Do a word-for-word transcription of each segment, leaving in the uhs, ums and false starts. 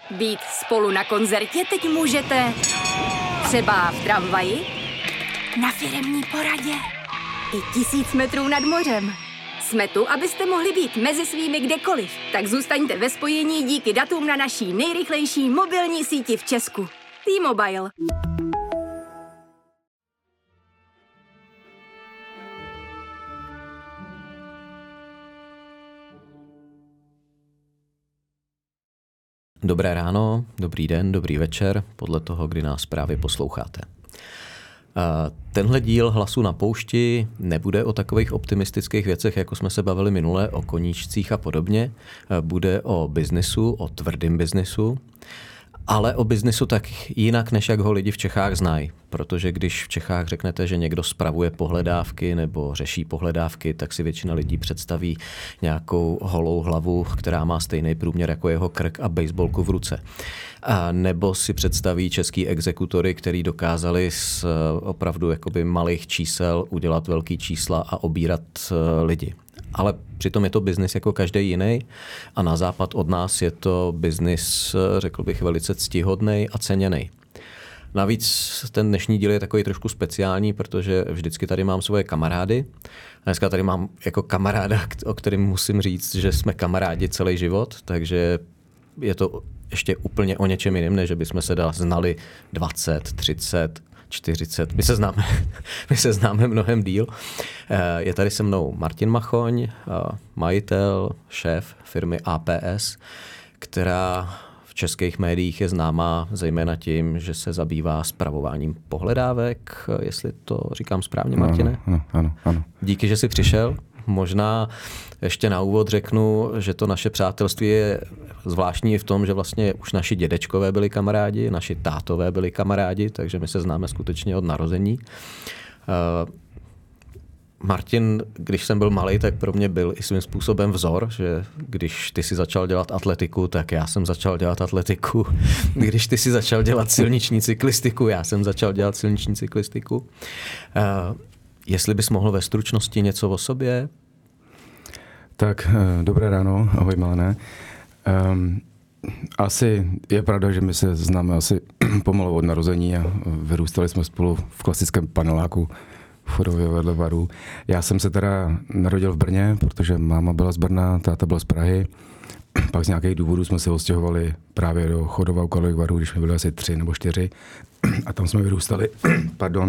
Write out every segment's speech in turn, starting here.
Být spolu na koncertě teď můžete třeba v tramvaji, na firemní poradě i tisíc metrů nad mořem. Jsme tu, abyste mohli být mezi svými kdekoliv. Tak zůstaňte ve spojení díky datům na naší nejrychlejší mobilní síti v Česku. T-Mobile. Dobré ráno, dobrý den, dobrý večer, podle toho, kdy nás právě posloucháte. Tenhle díl Hlasu na poušti nebude o takových optimistických věcech, jako jsme se bavili minule, o koníčcích a podobně. Bude o biznisu, o tvrdém biznisu, ale o biznisu tak jinak, než jak ho lidi v Čechách znají. Protože když v Čechách řeknete, že někdo spravuje pohledávky nebo řeší pohledávky, tak si většina lidí představí nějakou holou hlavu, která má stejný průměr jako jeho krk a baseballku v ruce. A nebo si představí český exekutory, který dokázali z opravdu jakoby malých čísel udělat velký čísla a obírat lidi. Ale přitom je to biznis jako každý jiný a na západ od nás je to biznis, řekl bych, velice ctihodnej a ceněný. Navíc ten dnešní díl je takový trošku speciální, protože vždycky tady mám svoje kamarády. A dneska tady mám jako kamaráda, o kterém musím říct, že jsme kamarádi celý život, takže je to ještě úplně o něčem jiném, než bychom se znali dvacet, třicet, čtyřicet. My se známe, my se známe mnohem díl. Je tady se mnou Martin Machoň, majitel, šéf firmy A P S, která v českých médiích je známá zejména tím, že se zabývá spravováním pohledávek, jestli to říkám správně, Martine? Ano, ano, ano. Díky, že jsi přišel. Možná ještě na úvod řeknu, že to naše přátelství je zvláštní v tom, že vlastně už naši dědečkové byli kamarádi, naši tátové byli kamarádi, takže my se známe skutečně od narození. Uh, Martin, když jsem byl malý, tak pro mě byl i svým způsobem vzor, že když ty si začal dělat atletiku, tak já jsem začal dělat atletiku. Když ty si začal dělat silniční cyklistiku, já jsem začal dělat silniční cyklistiku. Uh, Jestli bys mohl ve stručnosti něco o sobě? Tak, dobré ráno, ahoj Milané. Um, asi je pravda, že my se známe asi pomalu od narození a vyrůstali jsme spolu v klasickém paneláku v Chodově vedle Varů. Já jsem se teda narodil v Brně, protože máma byla z Brna, táta byl z Prahy. Pak z nějakých důvodů jsme se odstěhovali právě do Chodova u Karlových Varů, když jsme byli asi tři nebo čtyři. A tam jsme vyrůstali, pardon.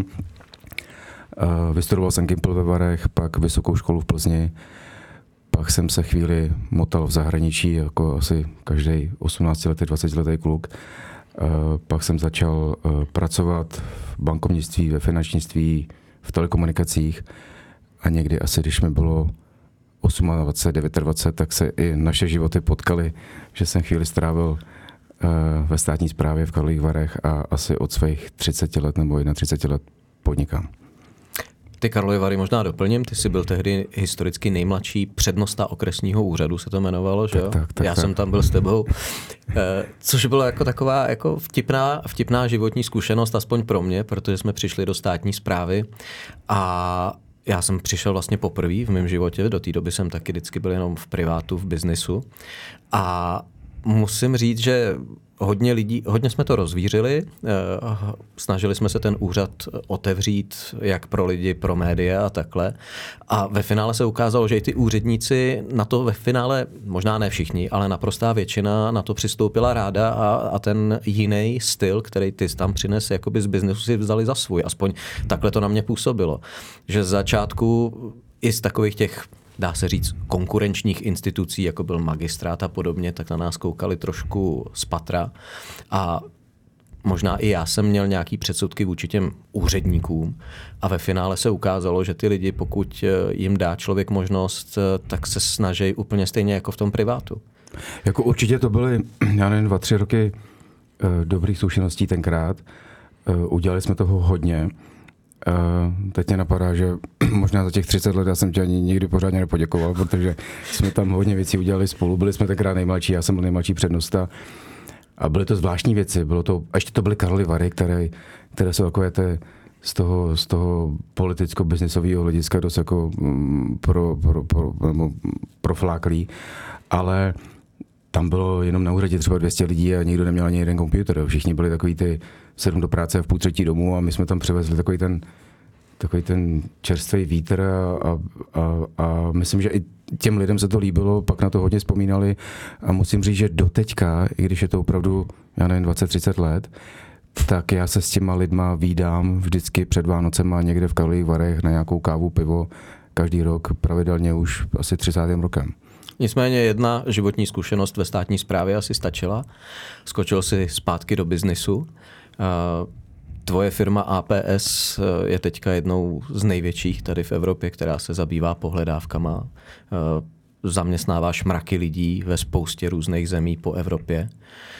Uh, vystudoval jsem Gimpl ve Varech, pak vysokou školu v Plzni, pak jsem se chvíli motal v zahraničí, jako asi každý osmnáctiletý, dvacetiletý kluk. Uh, pak jsem začal uh, pracovat v bankovnictví, ve finančnictví, v telekomunikacích a někdy asi, když mi bylo dvacet osm, dvacet devět, tak se i naše životy potkaly, že jsem chvíli strávil uh, ve státní správě v Karlových Varech a asi od svých třiceti let nebo třiceti jedna let podnikám. Ty Karlovy Vary možná doplním, ty jsi byl tehdy historicky nejmladší přednosta okresního úřadu, se to jmenovalo, že jo? Tak, tak, tak, Já tak. jsem tam byl s tebou, což bylo jako taková jako vtipná, vtipná životní zkušenost, aspoň pro mě, protože jsme přišli do státní správy a já jsem přišel vlastně poprvé v mém životě, do té doby jsem taky vždycky byl jenom v privátu, v biznisu a musím říct, že hodně lidí, hodně jsme to rozvířili, snažili jsme se ten úřad otevřít jak pro lidi, pro média a takhle. A ve finále se ukázalo, že i ty úředníci na to ve finále, možná ne všichni, ale naprostá většina na to přistoupila ráda a, a ten jiný styl, který ty tam přines jakoby z biznesu, si vzali za svůj. Aspoň takhle to na mě působilo. Že z začátku i z takových těch, dá se říct, konkurenčních institucí, jako byl magistrát a podobně, tak na nás koukali trošku z patra. A možná i já jsem měl nějaký předsudky vůči těm úředníkům. A ve finále se ukázalo, že ty lidi, pokud jim dá člověk možnost, tak se snaží úplně stejně jako v tom privátu. Jako určitě to byly, já nevím, dva, tři roky uh, dobrých zkušeností tenkrát. Uh, udělali jsme toho hodně. Uh, teď mě napadá, že možná za těch třicet let já jsem tě ani nikdy pořádně nepoděkoval, protože jsme tam hodně věcí udělali spolu. Byli jsme tenkrát nejmladší, já jsem byl nejmladší přednosta a byly to zvláštní věci. Bylo to, a ještě to byly Karlovy Vary, které, které jsou takové té, z toho, z toho politicko-biznisového hlediska dost jako pro, pro, pro, pro, profláklý. Ale tam bylo jenom na úřadě třeba dvě stě lidí a nikdo neměl ani jeden počítač. Všichni byli takový ty sedm do práce v půl třetí domů a my jsme tam přivezli takový ten, takový ten čerstvý vítr a, a, a, a myslím, že i těm lidem se to líbilo, pak na to hodně vzpomínali a musím říct, že doteďka, i když je to opravdu, já nevím, dvacet třicet let, tak já se s těma lidma vídám vždycky před Vánocema někde v Karlových Varech na nějakou kávu, pivo, každý rok, pravidelně už asi třicátým rokem. Nicméně jedna životní zkušenost ve státní správě asi stačila. Skočil si zpátky do biznisu. Tvoje firma A P S je teďka jednou z největších tady v Evropě, která se zabývá pohledávkama. Zaměstnáváš mraky lidí ve spoustě různých zemí po Evropě.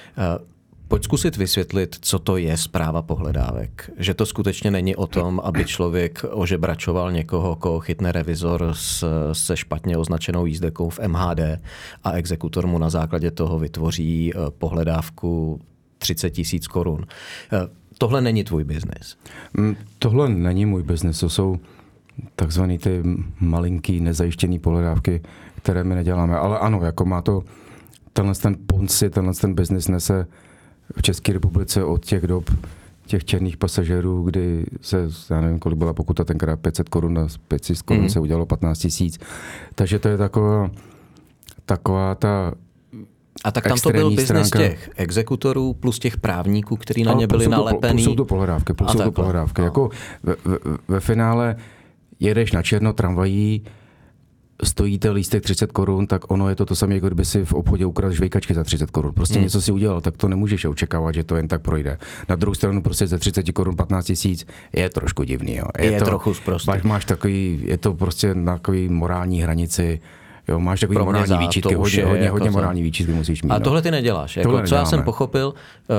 Pojď zkusit vysvětlit, co to je správa pohledávek. Že to skutečně není o tom, aby člověk ožebračoval někoho, koho chytne revizor se špatně označenou jízdekou v M H D a exekutor mu na základě toho vytvoří pohledávku třicet tisíc korun. Tohle není tvůj biznis. Tohle není můj biznis. To jsou takzvaný ty malinký nezajištěný pohledávky, které my neděláme. Ale ano, jako má to tenhle ten ponci, tenhle ten biznis nese v České republice od těch dob těch černých pasažérů, kdy se, já nevím, kolik byla pokuta tenkrát, pět set korun a pět set korun mm. se udělalo patnáct tisíc. Takže to je taková, taková ta A tak tam to byl biznis těch exekutorů plus těch právníků, kteří na ně byli nalepený. Plus jsou to pohledávky, plus jsou to pohledávky. Jako ve, ve, ve finále jedeš na černo tramvají, stojíte lístek třicet korun, tak ono je to to samé, jako kdyby si v obchodě ukradl žvejkačky za třicet korun. Prostě hmm. něco si udělal, tak to nemůžeš očekávat, že to jen tak projde. Na druhou stranu prostě za třicet korun patnáct tisíc je trošku divný. Jo. Je, je to, trochu zprostý. Máš, máš takový, je to prostě na takový morální hranici. Jo, máš takový morální za, výčitky, hodně, hodně, jako hodně morální výčitky musíš mít. A tohle ty neděláš. Jako, tohle co já jsem pochopil,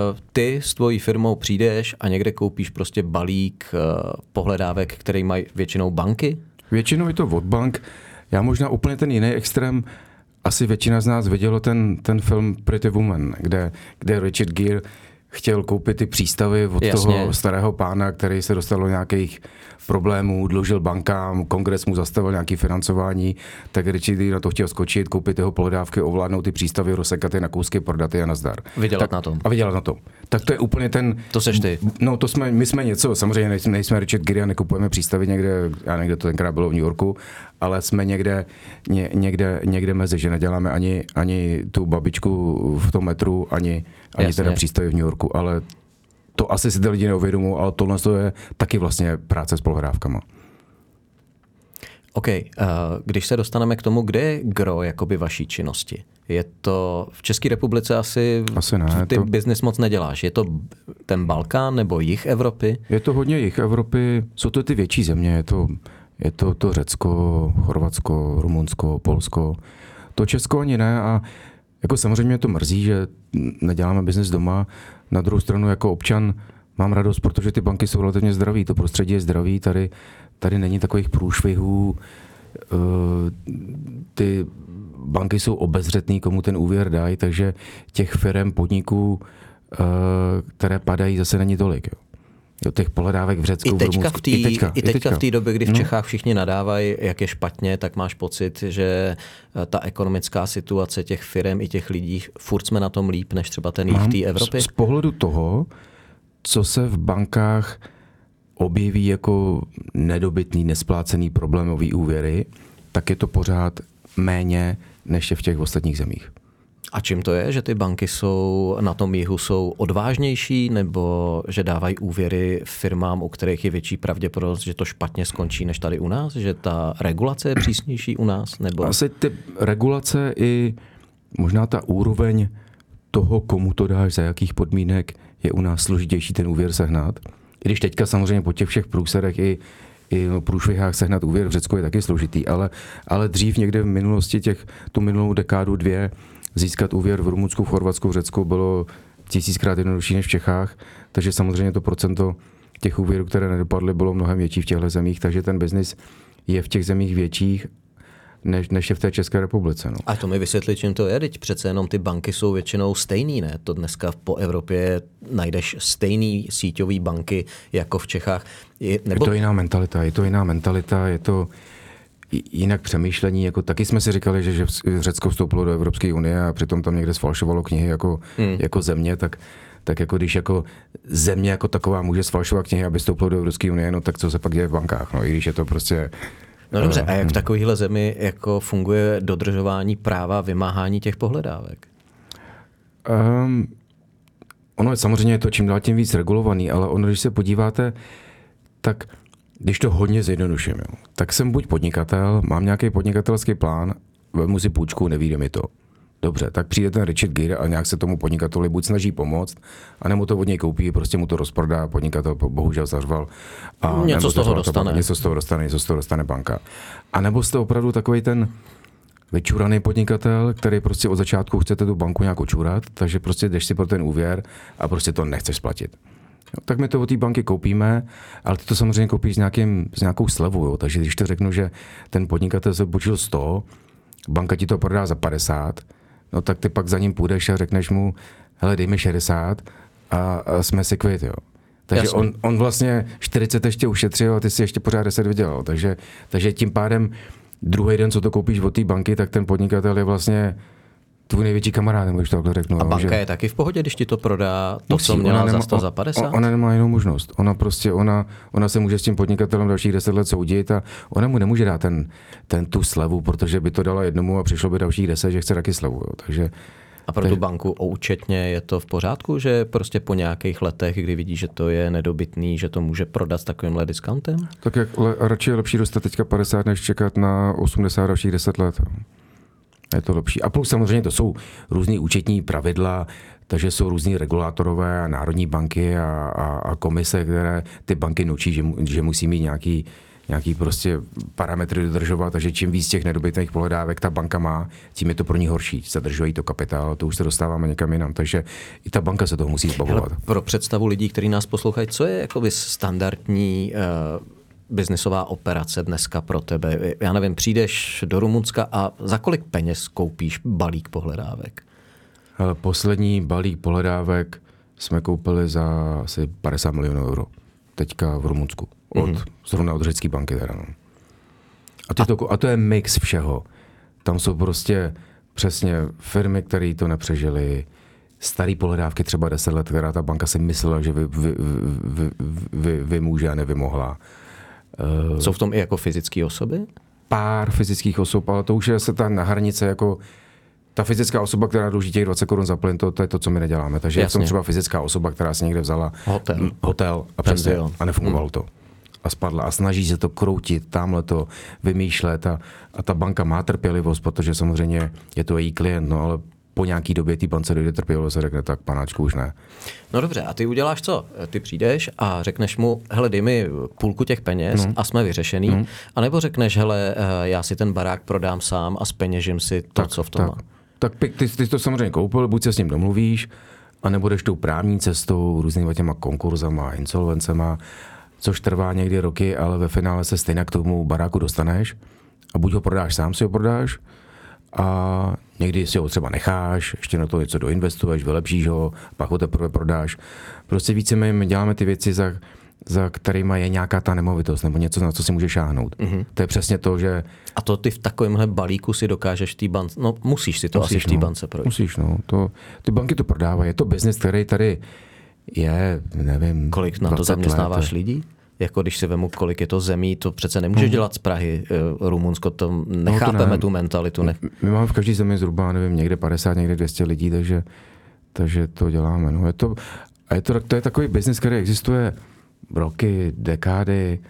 ty s tvojí firmou přijdeš a někde koupíš prostě balík pohledávek, který mají většinou banky? Většinou je to od bank. Já možná úplně ten jiný extrém, asi většina z nás vidělo ten, ten film Pretty Woman, kde, kde Richard Gere chtěl koupit ty přístavy od Jasně. toho starého pána, který se dostal do nějakých problémů, dlužil bankám, kongres mu zastavil nějaké financování, tak Richard na to chtěl skočit, koupit jeho pohledávky, ovládnout ty přístavy, rozsekat je na kousky, prodat je a nazdar. Vydělat tak, na tom. A vydělat na tom. Tak to je úplně ten... To seš ty. No to jsme, my jsme něco, samozřejmě nejsme, nejsme Richard Gere a nekupujeme přístavy někde, já někde to tenkrát bylo v New Yorku, ale jsme někde, ně, někde, někde mezi, že neděláme ani, ani tu babičku v tom metru, ani, ani teda přístavy v New Yorku, ale to asi si ty lidi neuvědomují, ale tohle je taky vlastně práce s pohledávkama. OK, když se dostaneme k tomu, kde je gro jakoby vaší činnosti? Je to v České republice asi, asi ne, ty to... business moc neděláš. Je to ten Balkán nebo jih Evropy? Je to hodně jih Evropy, jsou to ty větší země, je to, je to, to Řecko, Chorvatsko, Rumunsko, Polsko. To Česko ani ne a jako samozřejmě mě to mrzí, že neděláme biznes doma. Na druhou stranu jako občan mám radost, protože ty banky jsou relativně zdraví, to prostředí je zdravý, tady, tady není takových průšvihů, ty banky jsou obezřetný, komu ten úvěr dají, takže těch firem, podniků, které padají, zase není tolik. Jo. Jo, těch pohledávek v Řecku, I teďka v Rumunsku. I teďka, i teďka v té době, kdy v Čechách všichni nadávají, jak je špatně, tak máš pocit, že ta ekonomická situace těch firem i těch lidí, furt jsme na tom líp, než třeba ten jich v té Evropě? Z, z pohledu toho, co se v bankách objeví jako nedobytný, nesplácený problémový úvěry, tak je to pořád méně, než je v těch ostatních zemích. A čím to je, že ty banky jsou na tom jihu jsou odvážnější nebo že dávají úvěry firmám, u kterých je větší pravděpodobnost, že to špatně skončí než tady u nás? Že ta regulace je přísnější u nás? Nebo... Asi ty regulace i možná ta úroveň toho, komu to dáš, za jakých podmínek, je u nás složitější ten úvěr sehnat. I když teďka samozřejmě po těch všech průserech i i v průšvihách sehnat úvěr v Řecku je taky složitý, ale, ale dřív někde v minulosti těch, tu minulou dekádu dvě získat úvěr v Rumunsku, v Chorvatsku, v Řecku bylo tisíckrát jednodušší než v Čechách, takže samozřejmě to procento těch úvěrů, které nedopadly, bylo mnohem větší v těchto zemích, takže ten biznis je v těch zemích větších, než, než je v té České republice. No. A to mi vysvětli, čím to je, teď přece jenom ty banky jsou většinou stejný, ne? To dneska po Evropě najdeš stejný síťový banky jako v Čechách. Je, nebo... je to jiná mentalita, je to jiná mentalita, je to, jinak přemýšlení, jako taky jsme si říkali, že, že Řecko vstoupilo do Evropské unie a přitom tam někde sfalšovalo knihy jako, hmm. jako země, tak, tak jako když jako země jako taková může sfalšovat knihy, aby vstoupilo do Evropské unie, no tak co se pak děje v bankách, no i když je to prostě... No dobře, a jak v takovéhle zemi jako funguje dodržování práva, vymáhání těch pohledávek? Um, ono je samozřejmě to čím dál tím víc regulovaný, ale ono, když se podíváte, tak když to hodně zjednoduším, jo, tak jsem buď podnikatel, mám nějaký podnikatelský plán, vezmu si půjčku, nevíde mi to. Dobře, tak přijde ten Richard Gere a nějak se tomu podnikateli buď snaží pomoct, anebo to od něj koupí, prostě mu to rozprodá, podnikatel bohužel zařval. A něco z toho dostane. Něco z toho dostane, něco z toho dostane banka. A nebo jste opravdu takový ten vyčuraný podnikatel, který prostě od začátku chcete tu banku nějak očurat, takže prostě jdeš si pro ten úvěr a prostě to nechceš splatit. Jo, tak my to od té banky koupíme, ale ty to samozřejmě koupíš s, nějakým, s nějakou slevou. Jo. Takže když to řeknu, že ten podnikatel se půjčil sto, banka ti to prodá za padesát, no tak ty pak za ním půjdeš a řekneš mu, hele, dej mi šedesát a, a jsme si kvit, jo. Takže on, on vlastně čtyřicet ještě ušetřil a ty si ještě pořád deset vydělal. Takže, takže tím pádem druhý den, co to koupíš od té banky, tak ten podnikatel je vlastně tvůj největší kamarád, když to takhle řeknu. A banka že... je taky v pohodě, když ti to prodá to, Musí, co měla nema, za sto, za padesát? Ona nemá jinou možnost. Ona prostě, ona, ona se může s tím podnikatelem dalších deset let soudit a ona mu nemůže dát ten, ten tu slevu, protože by to dala jednomu a přišlo by dalších deset, že chce taky slevu. Jo. Takže, a pro takže... tu banku účetně je to v pořádku, že prostě po nějakých letech, kdy vidí, že to je nedobytný, že to může prodat s takovýmhle diskantem? Tak jak le, radši je lepší dostat teďka padesát, než čekat na osmdesát dalších deset let. Jo. Je to lepší. A plus samozřejmě to jsou různý účetní pravidla, takže jsou různý regulátorové a národní banky a, a, a komise, které ty banky nučí, že, že musí mít nějaký, nějaký prostě parametry dodržovat, takže čím víc těch nedobytných pohledávek ta banka má, tím je to pro ní horší. Zadržují to kapitál, to už se dostáváme někam jinam, takže i ta banka se toho musí zbavovat. Hele, pro představu lidí, kteří nás poslouchají, co je jakoby standardní uh... biznisová operace dneska pro tebe? Já nevím, přijdeš do Rumunska a za kolik peněz koupíš balík pohledávek? Hele, poslední balík pohledávek jsme koupili za asi padesát milionů euro. Teďka v Rumunsku. Od, mm-hmm. Zrovna od řecké banky teda. No. A, ty a... To, a to je mix všeho. Tam jsou prostě přesně firmy, které to nepřežily, starý pohledávky třeba deset let, která ta banka si myslela, že vy, vy, vy, vy, vymůže a nevymohla. Jsou v tom i jako fyzické osoby? Pár fyzických osob, ale to už je se ta na hranice jako ta fyzická osoba, která dluží těch dvacet korun za plyn, to, to je to, co my neděláme. Takže je v tom třeba fyzická osoba, která si někde vzala hotel, hotel a, přesně, a nefungovalo hmm. to. A spadla a snaží se to kroutit, tamhle to vymýšlet a, a ta banka má trpělivost, protože samozřejmě je to její klient, no ale po nějaký době té bance dojde trpělivost a řekne, tak panáčku už ne. No dobře, a ty uděláš co? Ty přijdeš a řekneš mu, hele, dej mi půlku těch peněz no. a jsme vyřešený, no. A nebo řekneš, hele, já si ten barák prodám sám a zpeněžím si to, tak, co v tom tak. má. Tak ty, ty to samozřejmě koupil, buď se s ním domluvíš, a nebo jdeš tou právní cestou, různýma těma konkurzama, insolvencema, což trvá někdy roky, ale ve finále se stejně k tomu baráku dostaneš a buď ho prodáš sám, si ho prodáš, a někdy si ho třeba necháš, ještě na to něco doinvestuješ, vylepšíš ho, pak ho teprve prodáš. Prostě víceméně děláme ty věci, za, za kterýma je nějaká ta nemovitost nebo něco, na co si můžeš šáhnout. Mm-hmm. To je přesně to, že... A to ty v takovémhle balíku si dokážeš v té bance, no musíš si to musíš, asi v té no, bance projít. Musíš, no. To, ty banky to prodávají, je to biznis, který tady je, nevím... Kolik na to zaměstnáváš let. lidí? Jako když si vemu, kolik je to zemí, to přece nemůžeš hmm. dělat z Prahy. Rumunsko, to nechápeme no to tu mentalitu. Ne. My máme v každé zemi zhruba, nevím, někde padesát, někde dvě stě lidí, takže, takže to děláme. No. Je to, a je to, to je takový biznis, který existuje roky, dekády.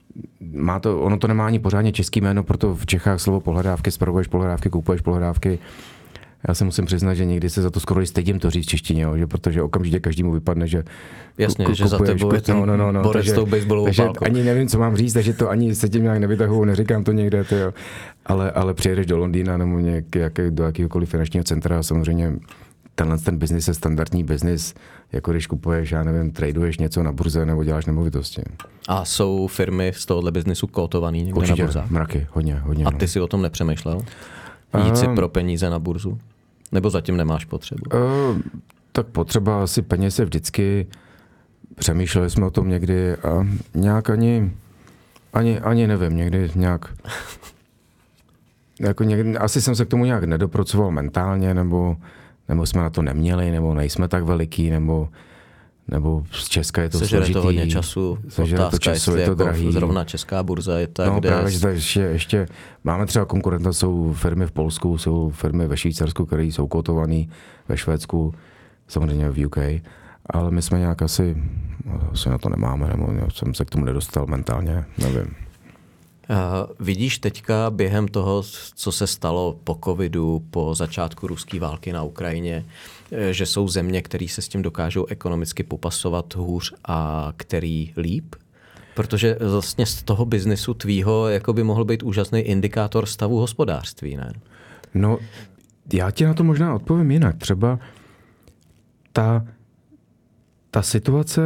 Má to, ono to nemá ani pořádně český jméno, proto v Čechách slovo pohledávky, spravuješ pohledávky, kupuješ pohledávky. Já se musím přiznat, že někdy se za to skoro i stydím to říct v češtině, jo, že protože okamžitě každému vypadne, že jasně, ku, že za tebou je ten no, no, no, borec s tou baseballovou pálkou. Ani nevím, co mám říct, takže to ani se tím nějak nevytahuju, neříkám to někde, to jo. Ale, ale přijedeš do Londýna nebo nějak, jak, do jakýhokoliv finančního centra a samozřejmě tenhle ten biznis je standardní biznis, jako když kupuješ, já nevím, traduješ něco na burze nebo děláš nemovitosti. A jsou firmy z tohohle biznisu kotovaný někde určitě, na burzách? Mraky, hodně, hodně. A ty no. si o tom nepřemýšlel? Jít si pro peníze na burzu? Nebo zatím nemáš potřebu? Uh, tak potřeba asi peněz je vždycky. Přemýšleli jsme o tom někdy a nějak ani, ani, ani nevím, někdy nějak jako někdy, asi jsem se k tomu nějak nedopracoval mentálně, nebo, nebo jsme na to neměli, nebo nejsme tak veliký, nebo, nebo z Česka je to Sežere složitý. to hodně času. Sežere Otázka, to času, jestli je to jako drahý. Zrovna česká burza je tak, no, kde... právě, že ještě, ještě máme třeba konkurenta, jsou firmy v Polsku, jsou firmy ve Švýcarsku, které jsou kotované, ve Švédsku, samozřejmě v U K, ale my jsme nějak asi, asi na to nemáme, nebo jsem se k tomu nedostal mentálně, nevím. Uh, vidíš teďka během toho, co se stalo po covidu, po začátku ruské války na Ukrajině, že jsou země, které se s tím dokážou ekonomicky popasovat hůř a který líp? Protože vlastně z toho biznesu tvýho jako by mohl být úžasný indikátor stavu hospodářství, ne? No, já ti na to možná odpovím jinak. Třeba ta, ta situace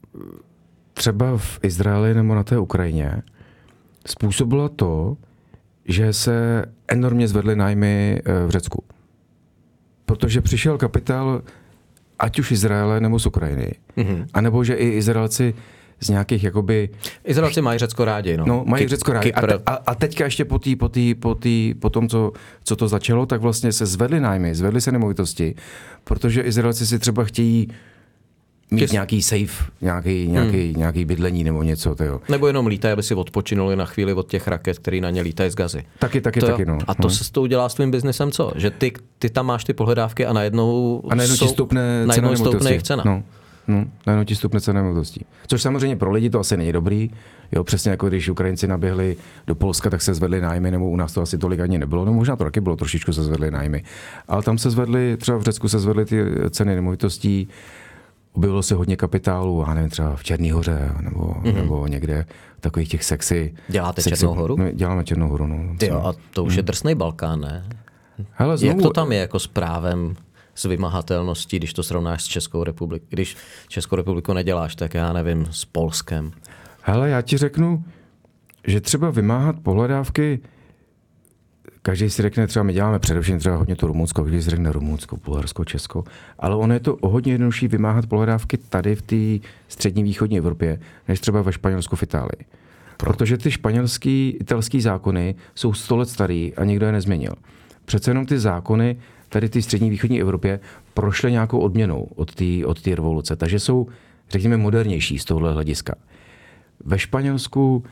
třeba v Izraeli nebo na té Ukrajině způsobila to, že se enormně zvedly nájmy v Řecku. Protože přišel kapitál ať už Izraele nebo z Ukrajiny. Mm-hmm. A nebo že i Izraelci z nějakých jakoby... Izraelci mají Řecko rádi, no. No, mají Kyp, Řecko rádi. A, te, a, a teďka ještě po, tý, po, tý, po, tý, po tom, co, co to začalo, tak vlastně se zvedly nájmy, zvedly se nemovitosti, protože Izraelci si třeba chtějí mít Těs... nějaký safe, nějaký, nějaký, hmm. nějaký bydlení nebo něco. Tyjo. Nebo jenom lítají, aby si odpočinuli na chvíli od těch raket, který na ně lítají z Gazy. Taky, taky, to, taky. No. A to no. se s tou dělá s tvým biznesem co? Že ty, ty tam máš ty pohledávky a najednou, a najednou jsou, ti stoupne najednou cena stoupne jejich cena. No. No, najednou ti stupne cena nemovitostí. Což samozřejmě pro lidi to asi není dobrý. Jo, přesně jako když Ukrajinci naběhli do Polska, tak se zvedly nájmy, nebo u nás to asi tolik ani nebylo. No možná to taky bylo, trošičku se zvedly nájmy. Ale tam se zvedly, třeba v Řecku se zvedly ty ceny nemovitostí, objevilo se hodně kapitálu, já nevím, třeba v Černý Hoře, nebo, mm-hmm. nebo někde takových těch sexy... Děláte sexy, Černou Horu? No, děláme Černou Horu, no. Tyjo, a to už mm. je drsnej Balkán, ne? Hele, znovu, jak to tam je jako s právem, s vymahatelností, když to srovnáš s Českou republikou? Když Českou republiku neděláš, tak já nevím, s Polskem. Hele, já ti řeknu, že třeba vymáhat pohledávky, každý si řekne, třeba my děláme především třeba hodně to Rumunsko, každý si řekne Rumunsko, Bulharsko, Česko, ale ono je to o hodně jednodušší vymáhat pohledávky tady v té střední východní Evropě, než třeba ve Španělsku, v Itálii. Protože ty španělský, italský zákony jsou sto let starý a nikdo je nezměnil. Přece jenom ty zákony tady ty střední východní Evropě prošly nějakou odměnou od té od té revoluce, takže jsou, řekněme, modernější z tohohle hlediska. Ve Španělsku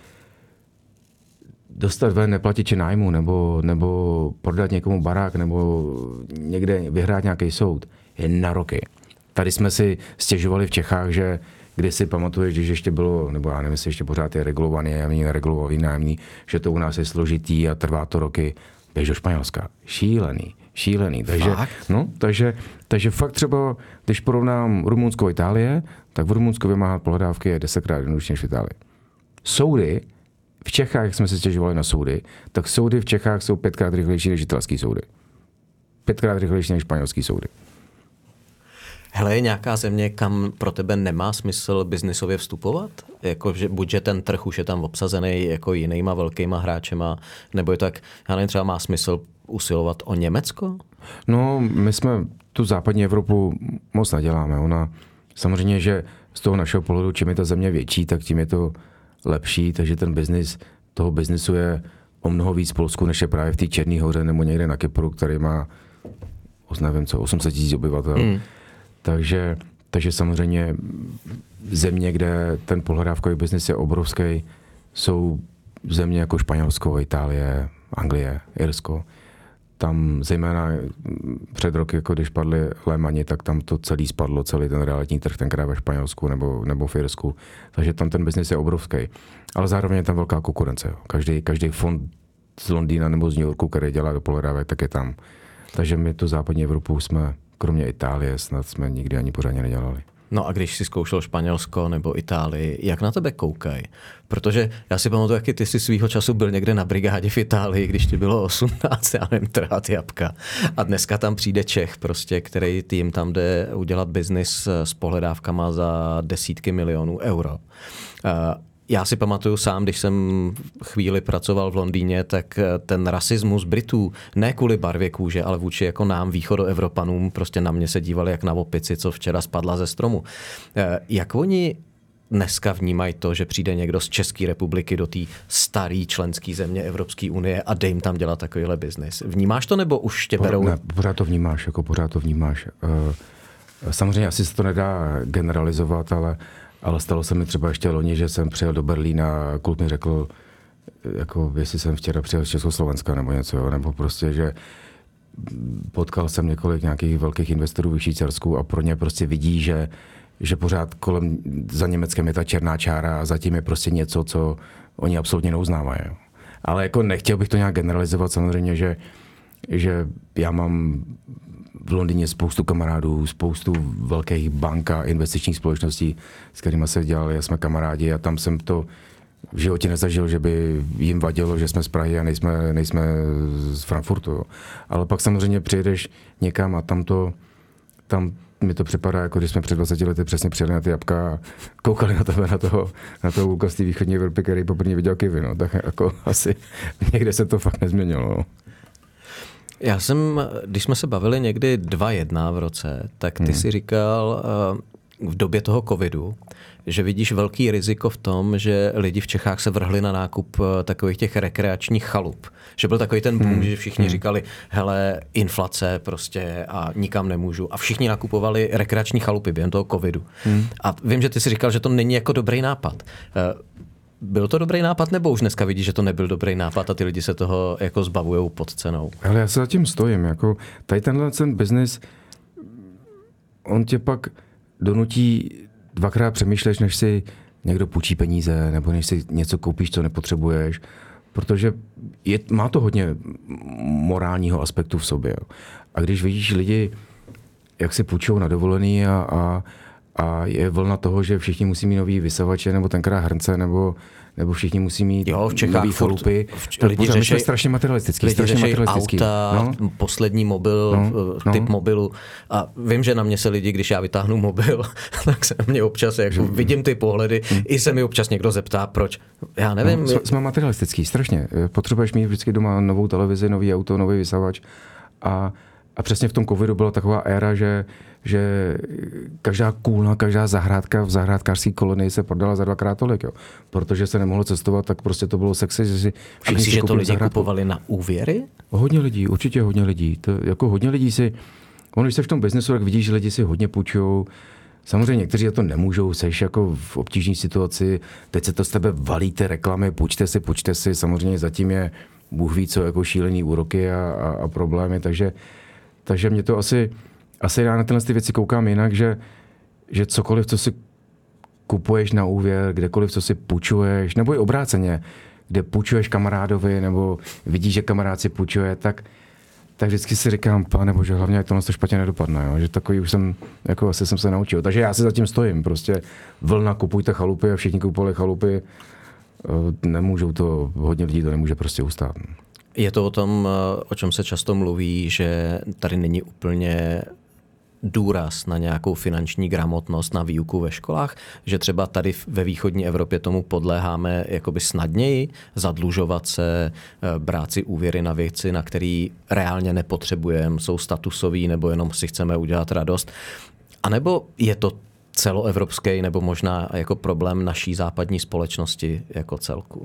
dostat ven neplatiče nájmu, nebo, nebo prodat někomu barák, nebo někde vyhrát nějaký soud, je na roky. Tady jsme si stěžovali v Čechách, že když si pamatuješ, když ještě bylo, nebo já nevím, jestli ještě pořád je regulovaný, nájemní, neregulovaný nájemní, že to u nás je složitý a trvá to roky. Běž do Španělska. Šílený. Šílený. Takže, no, takže, takže fakt třeba, když porovnám Rumunsko a Itálie, tak v Rumunsku vymáhat pohledávky je desetkrát jednodušší než v Itálii. Soudy, v Čechách, jak jsme se stěžovali na soudy, tak soudy v Čechách jsou pětkrát rychlejší než italský soudy. Pětkrát rychlejší než španělský soudy. Hele, je nějaká země, kam pro tebe nemá smysl biznisově vstupovat? Jako, že buď, že ten trh už je tam obsazený jako jinýma velkýma hráčema, nebo je to tak, já nevím, třeba má smysl usilovat o Německo? No, my jsme tu západní Evropu moc neděláme. Ona, samozřejmě, že z toho našeho pohledu, čím je ta země větší, tak tím je to lepší, takže ten biznis, toho biznisu je o mnoho víc v Polsku, než je právě v té Černé Hoře nebo někde na Kypru, který má, nevím co, osm set tisíc obyvatel. Hmm. Takže, takže samozřejmě země, kde ten pohledávkový biznis je obrovský, jsou země jako Španělsko, Itálie, Anglie, Irsko. Tam zejména před roky, jako když padly Lehmani, tak tam to celý spadlo, celý ten realitní trh tenkrát ve Španělsku nebo, nebo v Irsku. Takže tam ten biznis je obrovský. Ale zároveň je tam velká konkurence. Jo. Každý, každý fond z Londýna nebo z New Yorku, který dělá do pohledávek, tak je tam. Takže my tu západní Evropu jsme, kromě Itálie, snad jsme nikdy ani pořádně nedělali. No a když si zkoušel Španělsko nebo Itálii, jak na tebe koukají? Protože já si pamatuju, jaký ty si svýho času byl někde na brigádě v Itálii, když ti bylo osmnáct, já nevím, trhat jabka. A dneska tam přijde Čech, prostě, který tým tam jde udělat biznis s pohledávkama za desítky milionů euro. Já si pamatuju sám, když jsem chvíli pracoval v Londýně, tak ten rasismus Britů, ne kvůli barvě kůže, ale vůči jako nám, východoevropanům, prostě na mě se dívali jak na opici, co včera spadla ze stromu. Jak oni dneska vnímají to, že přijde někdo z České republiky do té staré členské země Evropské unie a dej jim tam dělat takovýhle biznis. Vnímáš to, nebo už tě berou? Ne, pořád to vnímáš, jako pořád to vnímáš. Samozřejmě asi se to nedá generalizovat, ale, ale stalo se mi třeba ještě loni, že jsem přijel do Berlína a kluk mi řekl, jako jestli jsem včera přijel z Československa nebo něco, jo, nebo prostě, že potkal jsem několik nějakých velkých investorů v Švýcarsku a pro ně prostě vidí, že, že pořád kolem za Německem je ta černá čára a zatím je prostě něco, co oni absolutně neuznávají. Jo. Ale jako nechtěl bych to nějak generalizovat, samozřejmě, že, že já mám v Londýně spoustu kamarádů, spoustu velkých bank a investičních společností, s kterými se dělali, jsme kamarádi a tam jsem to v životě nezažil, že by jim vadilo, že jsme z Prahy a nejsme, nejsme z Frankfurtu. Jo. Ale pak samozřejmě přijedeš někam a tam to, tam mi to připadá, jako když jsme před dvaceti lety přesně přijeli na ty jabka a koukali na tebe, na toho, na toho kluka z té východní Evropy, který poprvé viděl kivy. No. Tak jako asi někde se to fakt nezměnilo. No. Já jsem, když jsme se bavili někdy dva jedna v roce, tak ty hmm. si říkal v době toho covidu, že vidíš velký riziko v tom, že lidi v Čechách se vrhli na nákup takových těch rekreačních chalup. Že byl takový ten boom, hmm. že všichni hmm. říkali, hele, inflace prostě a nikam nemůžu. A všichni nakupovali rekreační chalupy během toho covidu. Hmm. A vím, že ty si říkal, že to není jako dobrý nápad. Byl to dobrý nápad, nebo už dneska vidíš, že to nebyl dobrý nápad a ty lidi se toho jako zbavujou pod cenou? Ale já se zatím stojím. Jako, tady tenhle ten biznis, on tě pak donutí dvakrát přemýšleš, než si někdo půjčí peníze, nebo než si něco koupíš, co nepotřebuješ, protože je, má to hodně morálního aspektu v sobě. A když vidíš lidi, jak si půjčou na dovolený a, a, a je vlna toho, že všichni musí mít nový vysavače, nebo tenkrát hrnce, nebo, nebo všichni musí mít jo, v Čechách nový chalupy. Lidi řešej, strašně materialistický. Lidi strašně řešej materialistický. auta, no? Poslední mobil, no, typ no. mobilu. A vím, že na mě se lidi, když já vytáhnu mobil, tak se mě občas, jako vidím ty pohledy, hmm. i se mi občas někdo zeptá, proč. Já nevím. No, jsme materialistický, strašně. Potřebuješ mít vždycky doma novou televizi, nový auto, nový vysavač. A, a přesně v tom covidu byla taková éra, že že každá kůlna, každá zahrádka v zahrádkářské kolonii se prodala za dvakrát tolik, jo. Protože se nemohlo cestovat, tak prostě to bylo sexy, že si všichni myslíš, že to lidi zahrádku. Kupovali na úvěry? Hodně lidí, určitě hodně lidí. To, jako hodně lidí si, ono, když jsi v tom biznesu, tak vidíš, že lidi si hodně půjčují. Samozřejmě někteří za to nemůžou, seš jako v obtížné situaci, teď se to z tebe valí ty reklamy, půjčte si, půjčte si, samozřejmě zatím je Bůh ví co, jako šílený úroky a, a, a problémy, takže, takže mě to asi Asi já na tyhle ty věci koukám jinak, že, že cokoliv, co si kupuješ na úvěr, kdekoliv, co si půjčuješ, nebo i obráceně, kde půjčuješ kamarádovi, nebo vidíš, že kamarád si půjčuje, tak, tak vždycky si říkám, pane bože, hlavně jak tohle to špatně nedopadne, jo? Že takový už jsem, jako asi jsem se naučil. Takže já si zatím stojím, prostě vlna, kupujte chalupy a všichni kupovali chalupy, nemůžou to, hodně lidí to nemůže prostě ustát. Je to o tom, o čem se často mluví, že tady není úplně důraz na nějakou finanční gramotnost, na výuku ve školách, že třeba tady ve východní Evropě tomu podléháme jakoby snadněji, zadlužovat se, brát si úvěry na věci, na který reálně nepotřebujeme, jsou statusový nebo jenom si chceme udělat radost. A nebo je to celoevropský nebo možná jako problém naší západní společnosti jako celku?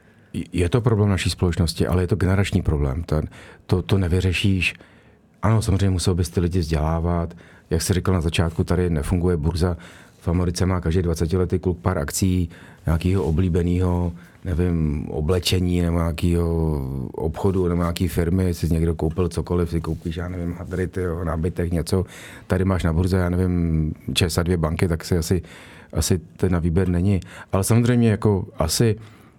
Je to problém naší společnosti, ale je to generační problém. Ten, to, to nevyřešíš. Ano, samozřejmě musel bys ty lidi vzdělávat. Jak jsi říkal na začátku, tady nefunguje burza. V Americe má každý dvacetiletý kluk pár akcí nějakého oblíbeného, nevím, oblečení nebo nějakého obchodu nebo nějaké firmy. Jestli někdo koupil cokoliv, si koupíš, já nevím, hadrity, nábytek, něco. Tady máš na burze, já nevím, ČEZ a dvě banky, tak si asi, asi ten na výběr není. Ale samozřejmě jako asi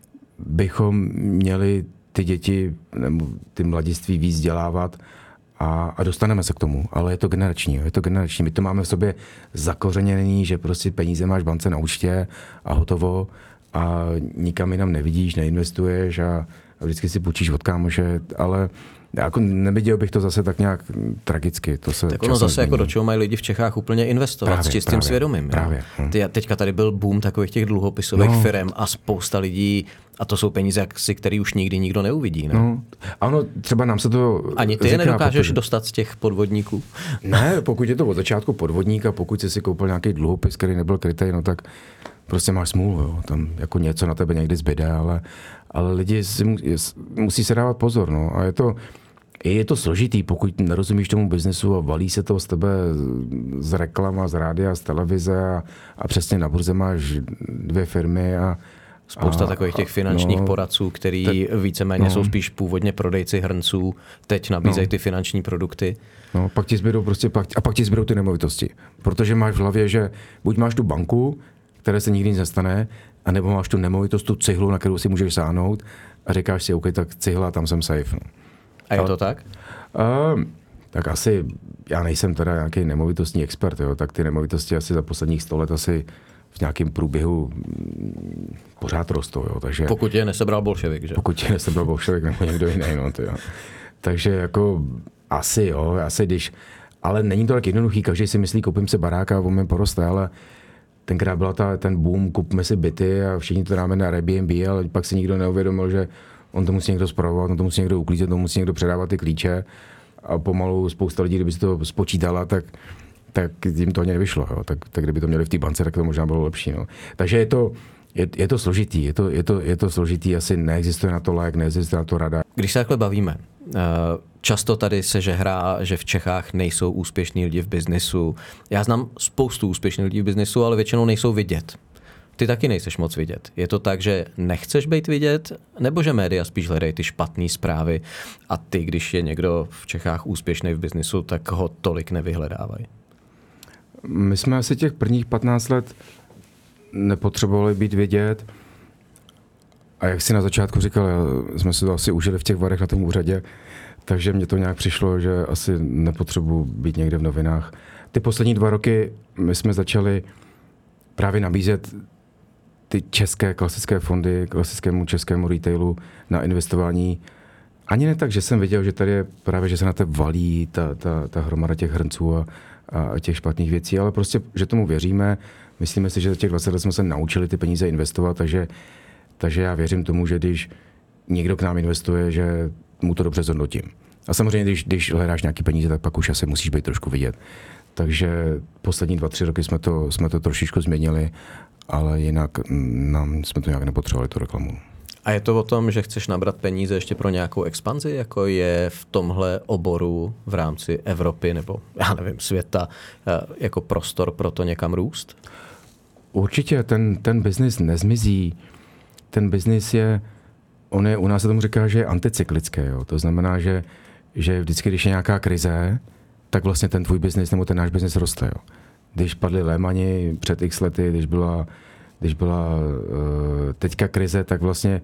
bychom měli ty děti nebo ty mladiství víc vzdělávat a, a dostaneme se k tomu, ale je to generační, je to generační. My to máme v sobě zakořeněný, že prostě peníze máš v bance na účtě a hotovo a nikam jinam nevidíš, neinvestuješ a, a vždycky si půjčíš od kámoše, ale jako neviděl bych to zase tak nějak tragicky. To se tak ono zase jako do čeho mají lidi v Čechách úplně investovat právě, s čistým právě, svědomím. Právě. Ty, teďka tady byl boom takových těch dluhopisových no. firm a spousta lidí, a to jsou peníze, který už nikdy nikdo neuvidí. Ne? No. Ano, třeba nám se to ani ty je nedokážeš pokud... dostat z těch podvodníků? Ne, pokud je to od začátku podvodník a pokud jsi si koupil nějaký dluhopis, který nebyl krytej, no tak prostě máš smůlu, jo. Tam jako něco na tebe někdy zbyde, ale, ale lidi si mu, musí se dávat pozor, no. A je to, je to složitý, pokud nerozumíš tomu biznesu a valí se to z tebe z reklama, z rádia, z televize a, a přesně na burze máš dvě firmy a Spousta a, takových těch finančních no, poradců, který te, víceméně no, jsou spíš původně prodejci hrnců, teď nabízejí no, ty finanční produkty. No, pak ti zbydou prostě, pak, a pak ti zbydou ty nemovitosti. Protože máš v hlavě, že buď máš tu banku, které se nikdy nic nestane, anebo máš tu nemovitost, tu cihlu, na kterou si můžeš sáhnout a říkáš si, OK, tak cihla, tam jsem safe. No. A je to tak? Uh, tak asi, já nejsem teda nějaký nemovitostní expert, jo, tak ty nemovitosti asi za posledních sto let asi v nějakém průběhu pořád rostou, jo, takže... Pokud je nesebral bolševik, že? Pokud je nesebral bolševik nebo někdo jiný, no, to jo. Takže jako asi jo, asi když... Ale není to tak jednoduchý, každý si myslí, koupím si barák a on mi poroste, ale tenkrát byla ta, ten boom, kupme si byty a všichni to dáme na Airbnb, ale pak si nikdo neuvědomil, že on to musí někdo spravovat, on to musí někdo uklízet, on to musí někdo předávat ty klíče a pomalu spousta lidí, kdyby si to spočítala, tak tak jim to ani nevyšlo. Jo. Tak, tak kdyby to měli v té bance, tak to možná bylo lepší. No. Takže je to, je, je to složitý. Je to, je, to, je to složitý, asi neexistuje na to lék, neexistuje na to rada. Když se takhle bavíme, často tady se žehrá, že v Čechách nejsou úspěšní lidi v biznisu. Já znám spoustu úspěšných lidí v biznisu, ale většinou nejsou vidět. Ty taky nejseš moc vidět. Je to tak, že nechceš být vidět, nebo že média spíš hledají ty špatné zprávy a ty, když je někdo v Čechách úspěšný v biznisu, tak ho tolik nevyhledávají? My jsme asi těch prvních patnáct let nepotřebovali být vidět. A jak si na začátku říkal, jsme si to asi užili v těch varech na tom úřadě, takže mně to nějak přišlo, že asi nepotřebuji být někde v novinách. Ty poslední dva roky my jsme začali právě nabízet ty české klasické fondy, klasickému českému retailu na investování. Ani ne tak, že jsem viděl, že tady je právě, že se na to valí ta, ta, ta hromada těch hrnců a, a těch špatných věcí, ale prostě, že tomu věříme. Myslíme si, že za těch dvacet let jsme se naučili ty peníze investovat, takže, takže já věřím tomu, že když někdo k nám investuje, že mu to dobře zhodnotím. A samozřejmě, když, když hledáš nějaký peníze, tak pak už asi musíš být trošku vidět. Takže poslední dva, tři roky jsme to, jsme to trošičku změnili, ale jinak nám jsme to nějak nepotřebovali, tu reklamu. A je to o tom, že chceš nabrat peníze ještě pro nějakou expanzi, jako je v tomhle oboru v rámci Evropy nebo, já nevím, světa, jako prostor pro to někam růst? Určitě, ten, ten biznis nezmizí. Ten biznis je, on je, u nás se tomu říká, že je anticyklické. Jo. To znamená, že, že vždycky, když je nějaká krize, tak vlastně ten tvůj biznis nebo ten náš biznis roste. Jo. Když padly Lehmani před x lety, když byla, když byla uh, teďka krize, tak vlastně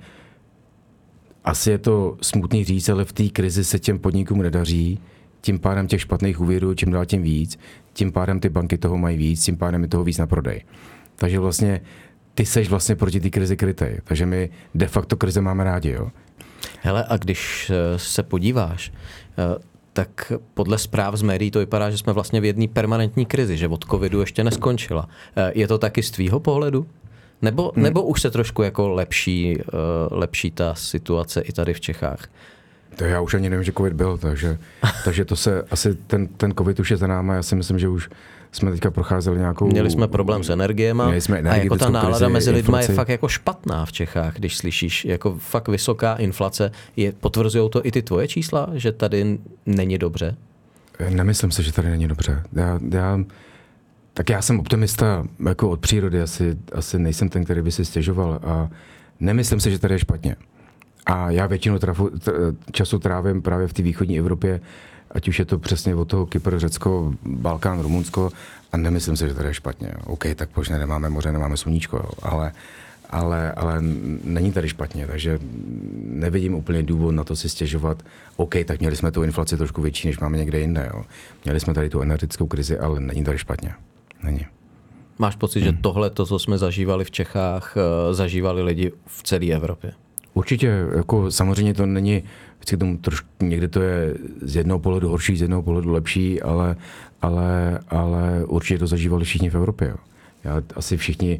asi je to smutný říct, ale v té krizi se těm podnikům nedaří. Tím pádem těch špatných úvěrů čím dál tím víc, tím pádem ty banky toho mají víc, tím pádem je toho víc na prodej. Takže vlastně ty seš vlastně proti té krizi krytej. Takže my de facto krize máme rádi. Jo? Hele, a když se podíváš, tak podle zpráv z médií to vypadá, že jsme vlastně v jedné permanentní krizi, že od covidu ještě neskončila. Je to taky z tvýho pohledu? Nebo, hmm. nebo už se trošku jako lepší, lepší ta situace i tady v Čechách? To já už ani nevím, že covid byl, takže, takže to se asi ten, ten covid už je za náma. Já si myslím, že už jsme teďka procházeli nějakou... Měli jsme problém s energiema a jako ta nálada mezi lidma je fakt jako špatná v Čechách, když slyšíš jako fakt vysoká inflace. Je, potvrzujou to i ty tvoje čísla, že tady není dobře? Nemyslím si, že tady není dobře. Já, já, tak já jsem optimista jako od přírody, asi, asi nejsem ten, který by si stěžoval a nemyslím si, že tady je špatně. A já většinu trafu, času trávím právě v té východní Evropě, ať už je to přesně od toho Kypr, Řecko, Balkán, Rumunsko a nemyslím si, že tady je špatně. OK, tak možná nemáme moře, nemáme sluníčko, jo. Ale, ale, ale není tady špatně, takže nevidím úplně důvod na to si stěžovat. OK, tak měli jsme tu inflaci trošku větší, než máme někde jinde. Jo. Měli jsme tady tu energetickou krizi, ale není tady špatně. Není. Máš pocit, hmm. že tohle, to, co jsme zažívali v Čechách, zažívali lidi v celé Evropě? Určitě, jako samozřejmě to není, vždycky tomu trošku, někdy to je z jednoho pohledu horší, z jednoho pohledu lepší, ale, ale, ale určitě to zažívali všichni v Evropě. Jo. Já, asi všichni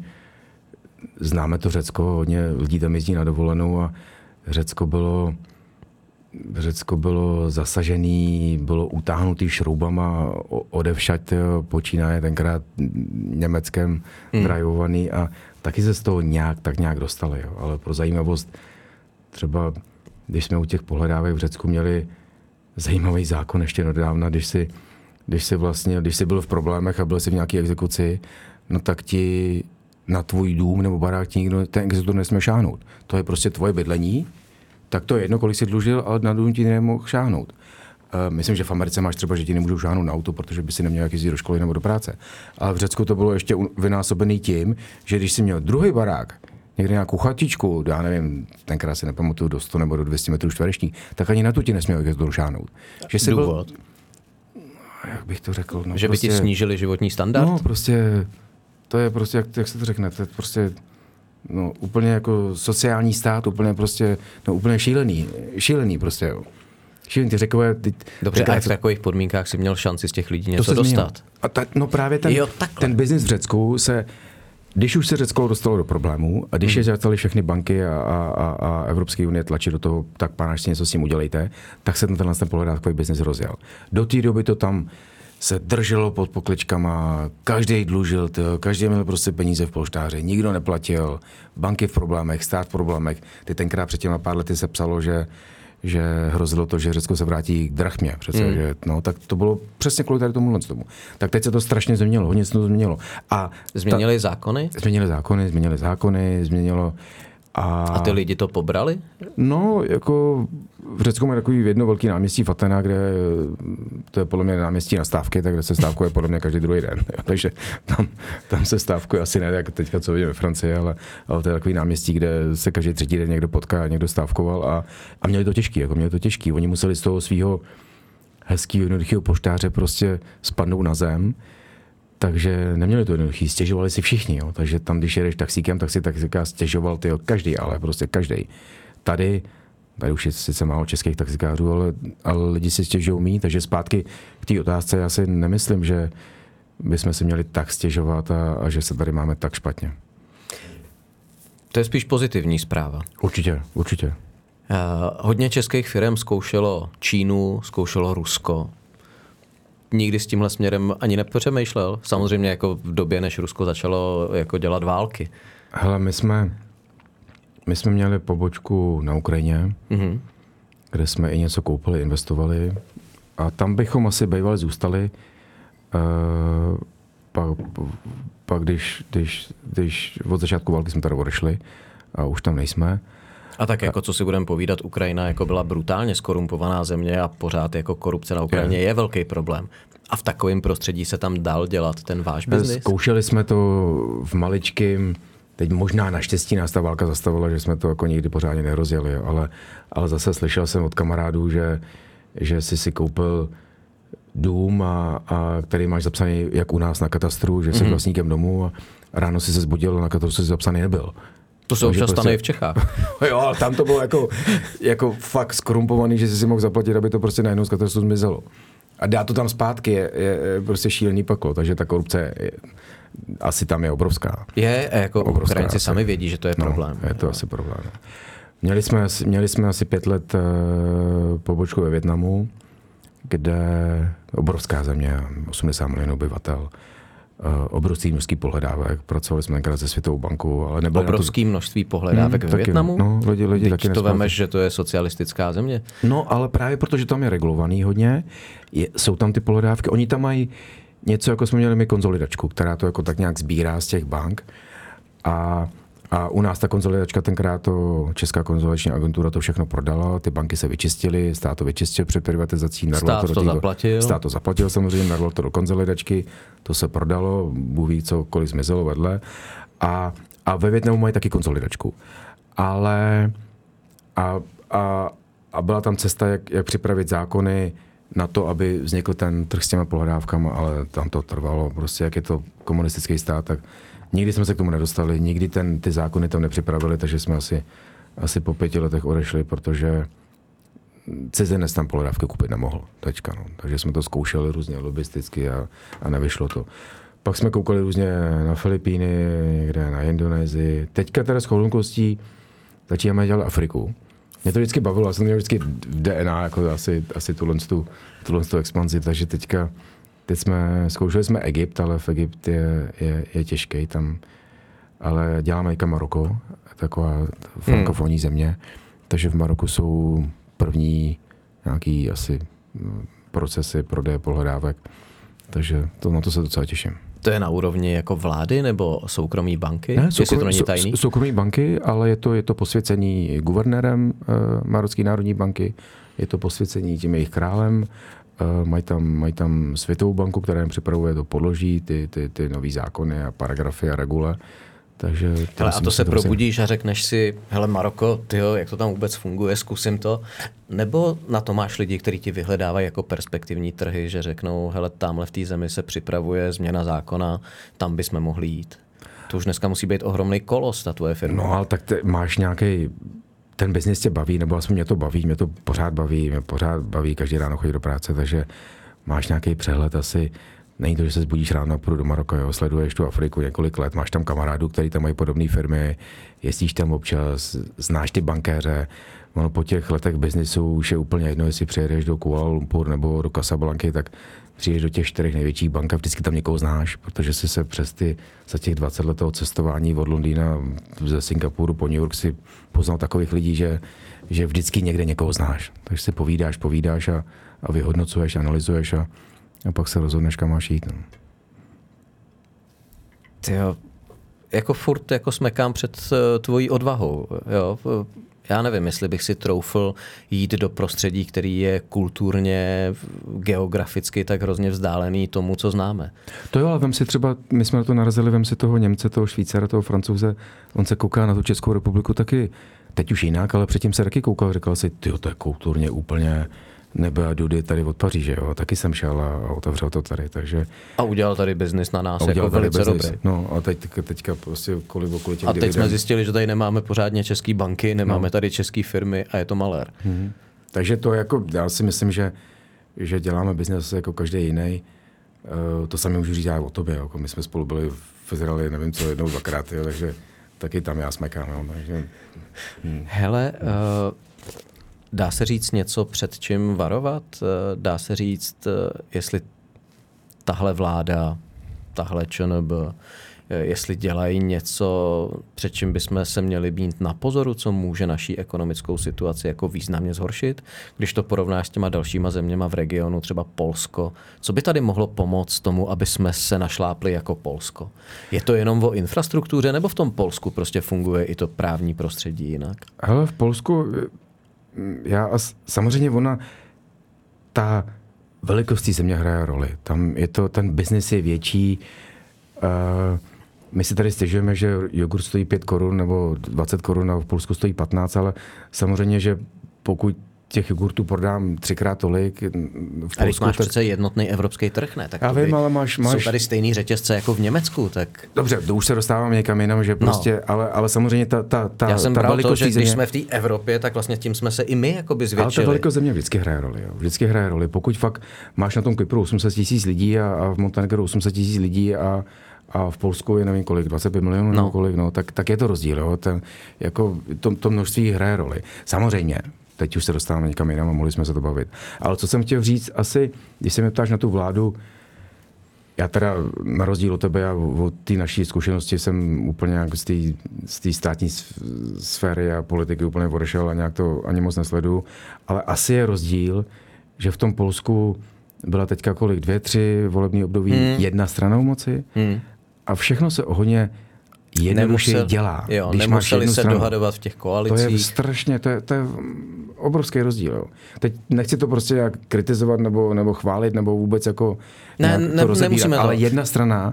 známe to Řecko, hodně lidí tam jezdí na dovolenou a Řecko bylo Řecko bylo zasažený, bylo utáhnutý šroubama odevšať, počínaje tenkrát Německem hmm. drajvovaný a taky se z toho nějak, tak nějak dostali. Jo. Ale pro zajímavost, třeba když jsme u těch pohledávek v Řecku měli zajímavý zákon ještě nedávna, když si, když si vlastně, když si byl v problémech a byl si v nějaké exekuci, no tak ti na tvůj dům nebo barák ti nikdo, ten exekutor nesmí šáhnout. To je prostě tvoje bydlení, tak to je jedno, kolik jsi dlužil, ale na dům ti nemohl šáhnout. Uh, myslím, že v Americe máš třeba, že ti nemůžou šáhnout na auto, protože by si neměl jak jezdit do školy nebo do práce. Ale v Řecku to bylo ještě vynásobený tím, že když jsi měl druhý barák, někde nějakou chatičku, já nevím, tenkrát si nepamatuju do sto nebo do dvě stě metrů čtverečních, tak ani na tu ti nesměl jak šáhnout. Že jsi Důvod? Byl, jak bych to řekl? No, že prostě, by ti snížili životní standard? No prostě, to je prostě, jak, jak se to řekne, to je prostě no, úplně jako sociální stát, úplně prostě, no úplně šílený, šílený prostě, jo. Šílený, ty Řekové... Ty, dobře, a v to... takových podmínkách si měl šanci z těch lidí něco to dostat? A ta, no právě ten, jo, ten biznis v Řecku se, když už se Řecko dostalo do problémů a když hmm. je začaly všechny banky a, a, a Evropské unie tlačit do toho, tak pánáš si něco s tím udělejte, tak se tenhle ten pohledávkový biznis rozjel. Do té doby to tam se drželo pod pokličkama, každý dlužil, tyjo, každý měl prostě peníze v polštáři, nikdo neplatil, banky v problémech, stát v problémech. Ty tenkrát před těma pár lety se psalo, že, že hrozilo to, že Řecko se vrátí k drachmě. Přece, mm. že, no, tak to bylo přesně kvůli tady tomuhle tomu. Tak teď se to strašně změnilo, hodně se to změnilo. A změnili ta, zákony? Změnili zákony, změnili zákony, změnilo... A, a ty lidi to pobrali? No, jako v Řecku má takový jedno velký náměstí v Atenách, kde to je podle mě náměstí na stávky, tak kde se stávkuje podle mě každý druhý den. Takže tam, tam se stávkuje asi ne, jak teďka, co vidíme ve Francii, ale, ale to je takový náměstí, kde se každý třetí den někdo potká a někdo stávkoval a, a měli to těžký, jako měli to těžký. Oni museli z toho svého hezkého, jednoduchého poštáře prostě spadnout na zem. Takže neměli to jednoduchý, stěžovali si všichni, jo. Takže tam, když jedeš taxíkem, tak si taxikář stěžoval tyjo, každý, ale prostě každý. Tady, tady už je sice málo českých taxikářů, ale, ale lidi si stěžují mít, takže zpátky k té otázce já si nemyslím, že bychom si měli tak stěžovat a, a že se tady máme tak špatně. To je spíš pozitivní zpráva. Určitě, určitě. Uh, hodně českých firm zkoušelo Čínu, zkoušelo Rusko. Nikdy s tímhle směrem ani nepřemýšlel. Samozřejmě jako v době, než Rusko začalo jako dělat války. Hele, my jsme, my jsme měli pobočku na Ukrajině, mm-hmm. kde jsme i něco koupili, investovali a tam bychom asi bývali zůstali. Uh, pak, pak když, když, když od začátku války jsme tady odešli a už tam nejsme. A tak jako co si budeme povídat, Ukrajina jako byla brutálně skorumpovaná země a pořád jako korupce na Ukrajině je, je velký problém. A v takovém prostředí se tam dal dělat ten váš biznis? Zkoušeli jsme to v maličkým, teď možná naštěstí nás ta válka zastavila, že jsme to jako nikdy pořádně nerozjeli, ale, ale zase slyšel jsem od kamarádů, že, že jsi si koupil dům, a, a který máš zapsaný jak u nás na katastru, že jsi mm-hmm. vlastníkem domu a ráno si se zbudil, na katastru jsi zapsaný nebyl. To se občas stane i v Čechách. Jo, tam to bylo jako, jako fakt skorumpovaný, že jsi si mohl zaplatit, aby to prostě najednou z katastru zmizelo. A dát to tam zpátky je, je, je prostě šílený paklo, takže ta korupce je, asi tam je obrovská. Je, jako obrovská, Ukrajinci asi. Sami vědí, že to je problém. No, je to jo. asi problém. Měli jsme, měli jsme asi pět let uh, pobočku ve Vietnamu, kde obrovská země, osmdesát milionů obyvatel, Uh, obrovské množství pohledávek. Pracovali jsme tenkrát se Světovou bankou, ale nebylo obrovské to... množství pohledávek hmm, ve Vietnamu? No, lidi, lidi taky to vemeš, že to je socialistická země. No, ale právě protože tam je regulovaný hodně, je, jsou tam ty pohledávky. Oni tam mají něco, jako jsme měli my konzolidačku, která to jako tak nějak sbírá z těch bank. A, a u nás ta konzolidačka, tenkrát to Česká konzolidační agentura to všechno prodala, ty banky se vyčistily, stát to vyčistil před privatizací. Stát to, to týho, zaplatil. Stát to zaplatil samozřejmě, narval to do konzolidačky, to se prodalo, Bůh ví, co, kolik zmizelo vedle. A, a ve Vietnamu mají taky konzolidačku. Ale a, a, a byla tam cesta, jak, jak připravit zákony na to, aby vznikl ten trh s těma pohledávkama, ale tam to trvalo. Prostě jak je to komunistický stát, tak nikdy jsme se k tomu nedostali, nikdy ten, ty zákony tam nepřipravili, takže jsme asi, asi po pěti letech odešli, protože cizinec tam pohledávky koupit nemohl teďka. No. Takže jsme to zkoušeli různě lobisticky a, a nevyšlo to. Pak jsme koukali různě na Filipíny, někde na Indonésii. Teďka teda s chodunkovostí začínáme dělat Afriku. Mě to vždycky bavilo, já jsem měl vždycky v D N A jako asi, asi tuhle, tu, tuhle tu expanzi, takže teďka, teď jsme, zkoušeli jsme Egypt, ale v Egypt je, je, je těžký tam, ale děláme i Maroko, taková frankofonní hmm. země, takže v Maroku jsou první nějaký asi procesy prodeje pohledávek, takže to, na to se docela těším. To je na úrovni jako vlády nebo soukromí banky? Ne, soukromí, to není tajný? Sou, soukromí banky, ale je to, je to posvěcení guvernérem uh, Marocké národní banky, je to posvěcení tím jejich králem, uh, mají tam, mají tam Světovou banku, která jim připravuje to podloží, ty, ty, ty nový zákony a paragrafy a regule. Takže hele, a to se probudíš a řekneš si, hele Maroko, tyjo, jak to tam vůbec funguje, zkusím to. Nebo na to máš lidi, kteří ti vyhledávají jako perspektivní trhy, že řeknou, hele, tamhle v té zemi se připravuje změna zákona, tam bychom mohli jít. To už dneska musí být ohromný kolos, ta tvoje firma. No, ale tak te, máš nějaký, ten biznis tě baví, nebo aspoň mě to baví, mě to pořád baví, mě pořád baví, každý ráno chodí do práce, takže máš nějaký přehled asi. Není to, že se zbudíš ráno a půjdu do Maroka, jo, sleduješ tu Afriku několik let, máš tam kamarádů, kteří tam mají podobné firmy, jezdíš tam občas, znáš ty bankéře, ono po těch letech biznisu už je úplně jedno, jestli přijedeš do Kuala Lumpur nebo do Casablanky, tak přijdeš do těch čtyřech největších bank a vždycky tam někoho znáš, protože jsi se přes ty, za těch dvacet let toho cestování od Londýna ze Singapuru po New York si poznal takových lidí, že, že vždycky někde někoho znáš. Takže si povídáš, povídáš a, a vyhodnocuješ, analyzuješ a A pak se rozhodneš, kam máš jít. No. Tyjo, jako furt jako smekám před uh, tvojí odvahou. Jo? Já nevím, jestli bych si troufl jít do prostředí, který je kulturně, geograficky tak hrozně vzdálený tomu, co známe. To jo, ale vem si třeba, my jsme na to narazili, vem si toho Němce, toho Švýcara, toho Francouze, on se kouká na tu Českou republiku taky, teď už jinak, ale předtím se taky koukal, říkal si, tyjo, to je kulturně úplně nebyla Dudy tady od Paříže, jo. Taky jsem šel a otevřel to tady, takže... A udělal tady biznis na nás jako velice dobrý. No a teď, teďka prostě kolik okolí těch A teď dividend. Jsme zjistili, že tady nemáme pořádně české banky, nemáme no. tady české firmy a je to malér. Mm-hmm. Takže to jako, já si myslím, že, že děláme biznis jako každý jiný. Uh, to sami můžu říct já o tobě, jako my jsme spolu byli v Izraeli, nevím co, jednou, dvakrát, jo, takže taky tam já smekám, jo, takže... Hmm. Hele, uh... dá se říct něco, před čím varovat? Dá se říct, jestli tahle vláda, tahle ČNB, jestli dělají něco, před čím bychom se měli být na pozoru, co může naší ekonomickou situaci jako významně zhoršit? Když to porovnáš s těma dalšíma zeměma v regionu, třeba Polsko, co by tady mohlo pomoct tomu, aby jsme se našlápli jako Polsko? Je to jenom o infrastruktuře, nebo v tom Polsku prostě funguje i to právní prostředí jinak? Hele, v Polsku... Já samozřejmě ona, ta velikost té země hraje roli. Tam je to, ten biznis je větší. Uh, my si tady stěžujeme, že jogurt stojí pět korun nebo dvacet korun a v Polsku stojí patnáct, ale samozřejmě, že pokud těch jogurtů prodám třikrát tolik. V Polsku, a když máš tak... přece jednotný evropský trh, ne? Tak já vím, ale máš, máš... jsou tady stejný řetězce jako v Německu, tak... Dobře, to už se dostávám někam jinam, že prostě, no. ale, ale samozřejmě ta, ta, ta, já jsem ta velikost to, že země... když jsme v té Evropě, tak vlastně tím jsme se i my jakoby zvětšili. Ale ta velikost země vždycky hraje roli, jo. Vždycky hraje roli. Pokud fakt máš na tom Kypru osm set tisíc lidí a, a v Montenegru osm set tisíc lidí a a v Polsku je nevím kolik, dvacet pět milionů no. nebo kolik, no, tak, tak je to rozdíl, jo. Ten, jako to, to množství hraje roli. Samozřejmě, teď už se dostáváme někam jinam a mohli jsme se to bavit. Ale co jsem chtěl říct, asi, když se mě ptáš na tu vládu, já teda na rozdíl od tebe a od té naší zkušenosti jsem úplně nějak z té státní sféry a politiky úplně odešel a nějak to ani moc nesleduju. Ale asi je rozdíl, že v tom Polsku byla teďka kolik, dvě, tři volební období, hmm. jedna strana u moci hmm. a všechno se o hodně jednoduše Nemusel, dělá. Jo, když nemuseli máš se stranu, dohadovat v těch koalicích. To je strašně, to je, to je obrovský rozdíl. Jo. Teď nechci to prostě jak kritizovat nebo, nebo chválit, nebo vůbec jako ne, ne, to rozebírat, to. Ale jedna strana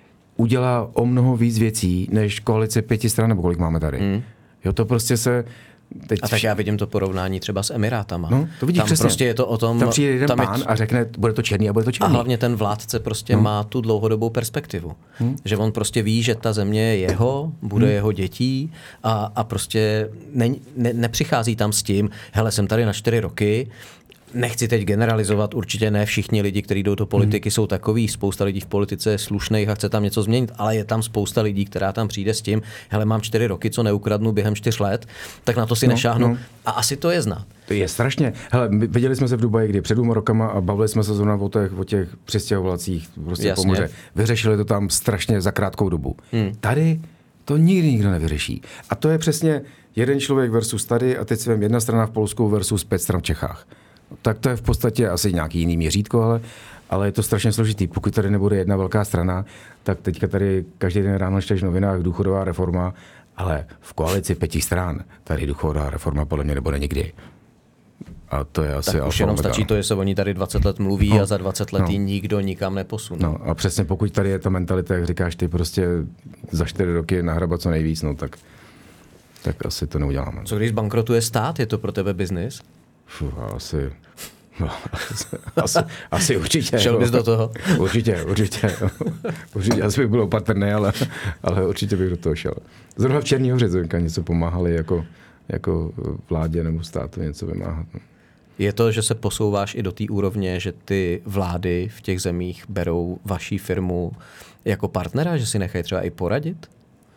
udělá o mnoho víc věcí, než koalice pěti stran, nebo kolik máme tady. Hmm. Jo, to prostě se... Teď... A tak já vidím to porovnání třeba s Emirátama. No, to vidíš tam přesně. Prostě je to o tom... Tam přijde jeden tam pán je... a řekne, bude to černý a bude to černý. A hlavně ten vládce prostě no. má tu dlouhodobou perspektivu. Hmm. Že on prostě ví, že ta země je jeho, bude hmm. jeho dětí a, a prostě ne, ne, nepřichází tam s tím, hele, jsem tady na čtyři roky nechci teď generalizovat, určitě ne všichni lidi, kteří jdou do politiky, hmm. jsou takový, spousta lidí v politice je slušných a chce tam něco změnit, ale je tam spousta lidí, která tam přijde s tím, hele, mám čtyři roky, co neukradnu během čtyř let, tak na to si no, nešáhnu no. a asi to je znát. To je strašně. Hele, viděli jsme se v Dubaji, kdy před dvěma rokama a bavili jsme se zrovna o těch, o těch přistěhovalcích prostě po moře. Vyřešili to tam strašně za krátkou dobu. Hmm. Tady to nikdy nikdo nevyřeší. A to je přesně jeden člověk versus tady a teď si vem jedna strana v Polsku versus pět stran v Čechách. Tak to je v podstatě asi nějaký jiný měřítko, ale, ale je to strašně složitý. Pokud tady nebude jedna velká strana, tak teďka tady každý den ráno čteš v novinách důchodová reforma, ale v koalici pěti stran tady důchodová reforma podle mě nebude nikdy. A to je asi tak už jenom stačí to, že se oni tady dvacet let mluví no, a za dvacet let no. nikdo nikam neposune. No a přesně pokud tady je ta mentalita, jak říkáš ty prostě za čtyři roky nahrabat co nejvíc, no tak, tak asi to neuděláme. Co když zbankrotuje stát, je to pro tebe biznis? Fuh, asi, no, asi, asi určitě. Šel bys do toho? Určitě, určitě. Určitě, asi bych byl opatrný, ale, ale určitě bych do toho šel. Zrovna v Černý Hoře něco pomáhali jako, jako vládě nebo státu něco vymáhat. Je to, že se posouváš i do té úrovně, že ty vlády v těch zemích berou vaší firmu jako partnera, že si nechají třeba i poradit?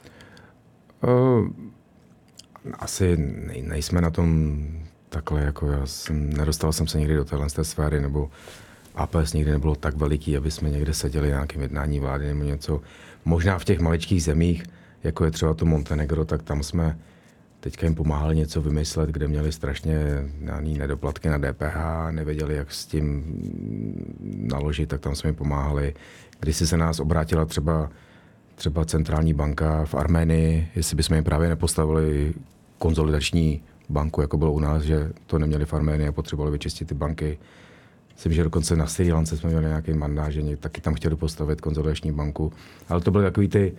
Uh, asi nej, nejsme na tom takhle, jako já jsem, nedostal jsem se někdy do téhle sféry, nebo A P S nikdy nebylo tak veliký, aby jsme někde seděli na nějakém jednání vlády nebo něco. Možná v těch maličkých zemích, jako je třeba to Montenegro, tak tam jsme teďka jim pomáhali něco vymyslet, kde měli strašně nedoplatky na D P H, nevěděli, jak s tím naložit, tak tam jsme jim pomáhali. Když si se nás obrátila třeba, třeba centrální banka v Arménii, jestli bychom jim právě nepostavili konzolidační banku, jako bylo u nás, že to neměli v Arménii a potřebovali vyčistit ty banky. Myslím, že dokonce na Srí Lance jsme měli nějaký mandát, že taky tam chtěli postavit konzolidační banku. Ale to byly takový ty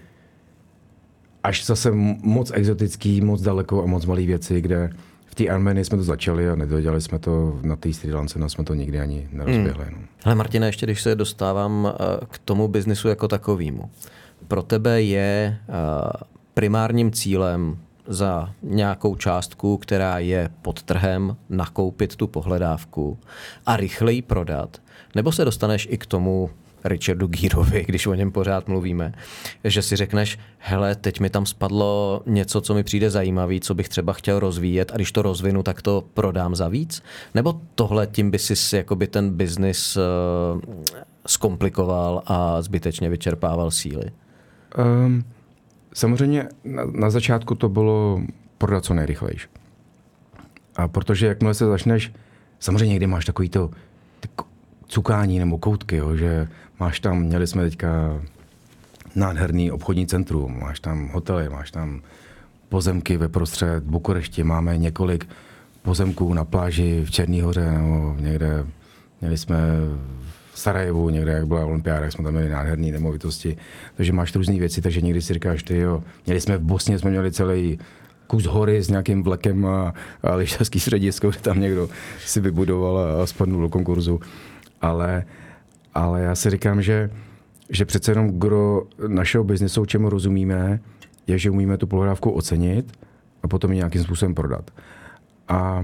až zase moc exotický, moc daleko a moc malý věci, kde v té Arménii jsme to začali a nedodělali jsme to na té Srí Lance, no jsme to nikdy ani nerozběhli. Hmm. No. Hele Martine, ještě když se dostávám k tomu biznisu jako takovému. Pro tebe je primárním cílem za nějakou částku, která je pod trhem, nakoupit tu pohledávku a rychleji prodat, nebo se dostaneš i k tomu Richardu Gerovi, když o něm pořád mluvíme, že si řekneš, hele, teď mi tam spadlo něco, co mi přijde zajímavý, co bych třeba chtěl rozvíjet a když to rozvinu, tak to prodám za víc? Nebo tohle tím by si jakoby ten biznis uh, zkomplikoval a zbytečně vyčerpával síly? Um, samozřejmě na, na začátku to bylo prodat co nejrychlejší. A protože jakmile se začneš, samozřejmě někdy máš takový to cukání nebo koutky, jo, že máš tam, měli jsme teďka nádherný obchodní centrum, máš tam hotely, máš tam pozemky ve prostřed Bukurešti, máme několik pozemků na pláži v Černý Hoře nebo někde, měli jsme v Sarajevu, někde jak byla olympiáda, jak jsme tam měli nádherné nemovitosti, takže máš různé věci, takže někdy si říkáš, ty jo, měli jsme v Bosně, jsme měli celý kus hory s nějakým vlekem a, a lyžařský středisko, kde tam někdo si vybudoval a, a spadnul do konkurzu. Ale, ale já si říkám, že, že přece jenom gro našeho biznesu, čemu rozumíme, je, že umíme tu pohledávku ocenit a potom ji nějakým způsobem prodat. A,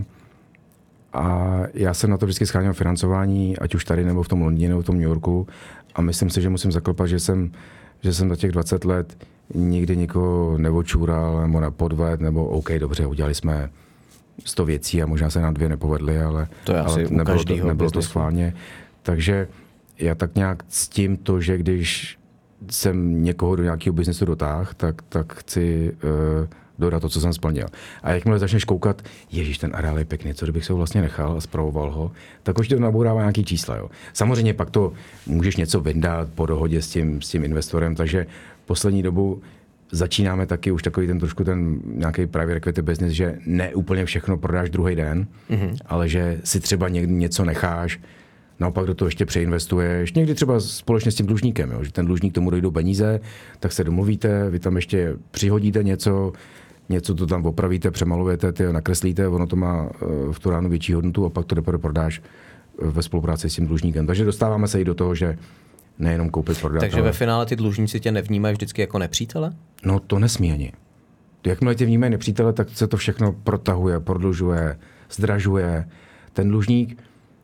a já jsem na to vždycky scháněl financování, ať už tady nebo v tom Londýně nebo v tom New Yorku a myslím si, že musím zaklepat, že jsem, že jsem za těch dvacet let nikdy nikoho neočůral nebo nepodvedl, nebo OK, dobře, udělali jsme sto věcí a možná se nám dvě nepovedly, ale, to je ale nebylo, to, nebylo to schválně. Takže já tak nějak ctím to, že když jsem někoho do nějakého biznesu dotáhl, tak, tak chci uh, dodat to, co jsem splnil. A jakmile začneš koukat, ježiš, ten areál je pěkný, co kdybych se ho vlastně nechal a spravoval ho, tak už to nabourává nějaký čísla. Jo. Samozřejmě pak to můžeš něco vyndat po dohodě s tím, s tím investorem, takže poslední dobu začínáme taky už takový ten trošku ten nějaký private equity business, že ne úplně všechno prodáš druhý den, mm-hmm. ale že si třeba někdy něco necháš, naopak do toho ještě přeinvestuješ, někdy třeba společně s tím dlužníkem, jo, že ten dlužník tomu dojdou peníze, tak se domluvíte, vy tam ještě přihodíte něco, něco to tam opravíte, přemalujete, ty nakreslíte, ono to má v tu ránu větší hodnotu a pak to teprve prodáš ve spolupráci s tím dlužníkem. Takže dostáváme se i do toho, že nejenom koupit, prodat. Takže ve finále ty dlužníci tě nevnímají vždycky jako nepřítele? No to nesmí ani. Jakmile tě vnímají nepřítele, tak se to všechno protahuje, prodlužuje, zdražuje. Ten dlužník,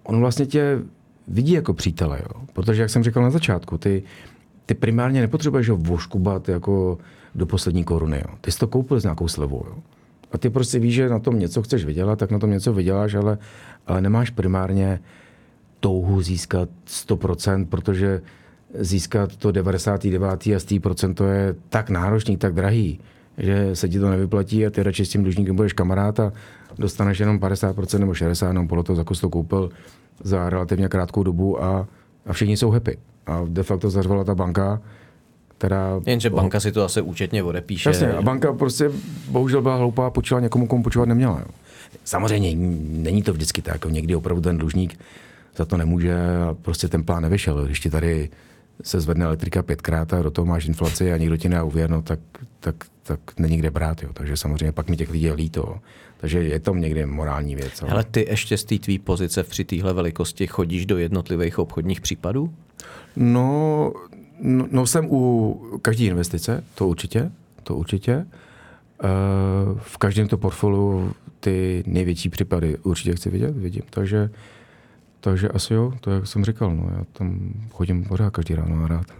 on vlastně tě vidí jako přítele, jo? Protože jak jsem říkal na začátku, ty, ty primárně nepotřebuješ ho voškubat jako do poslední koruny. Jo? Ty jsi to koupil s nějakou slevou. Jo? A ty prostě víš, že na tom něco chceš vydělat, tak na tom něco vyděláš, ale, ale nemáš primárně touhu získat sto procent, protože získat to devadesát devět a sto procent to je tak náročný, tak drahý, že se ti to nevyplatí a ty radši s tím dlužníkem budeš kamarád a dostaneš jenom padesát procent nebo šedesát procent, jenom podle toho, jako jsi to koupil za relativně krátkou dobu a, a všichni jsou happy. A de facto zařvala ta banka, která... Jenže banka si to asi účetně odepíše. Jasně, a banka prostě bohužel byla hloupá a počila někomu, komu počovat neměla. Jo. Samozřejmě není to vždycky tak, jako někdy opravdu ten dlužník za to nemůže a prostě ten plán nevyšel. Když ti tady se zvedne elektrika pětkrát a do toho máš inflaci a nikdo ti nedá úvěr, no tak, tak, tak není kde brát. Jo. Takže samozřejmě pak mi těch lidí je líto. Takže je to někdy morální věc. Ale ty ještě z té tvý pozice při téhle velikosti chodíš do jednotlivých obchodních případů? No, no, no jsem u každé investice, to určitě, to určitě. V každém to portfoliu ty největší případy určitě chci vidět, vidím. Takže, takže asi jo, to jak jsem říkal, no, já tam chodím pořád každý ráno a rád.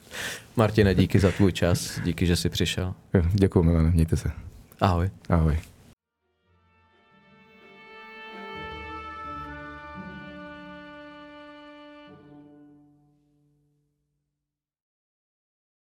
Martine, díky za tvůj čas, díky, že jsi přišel. Děkuji, Milane, mějte se. Ahoj. Ahoj.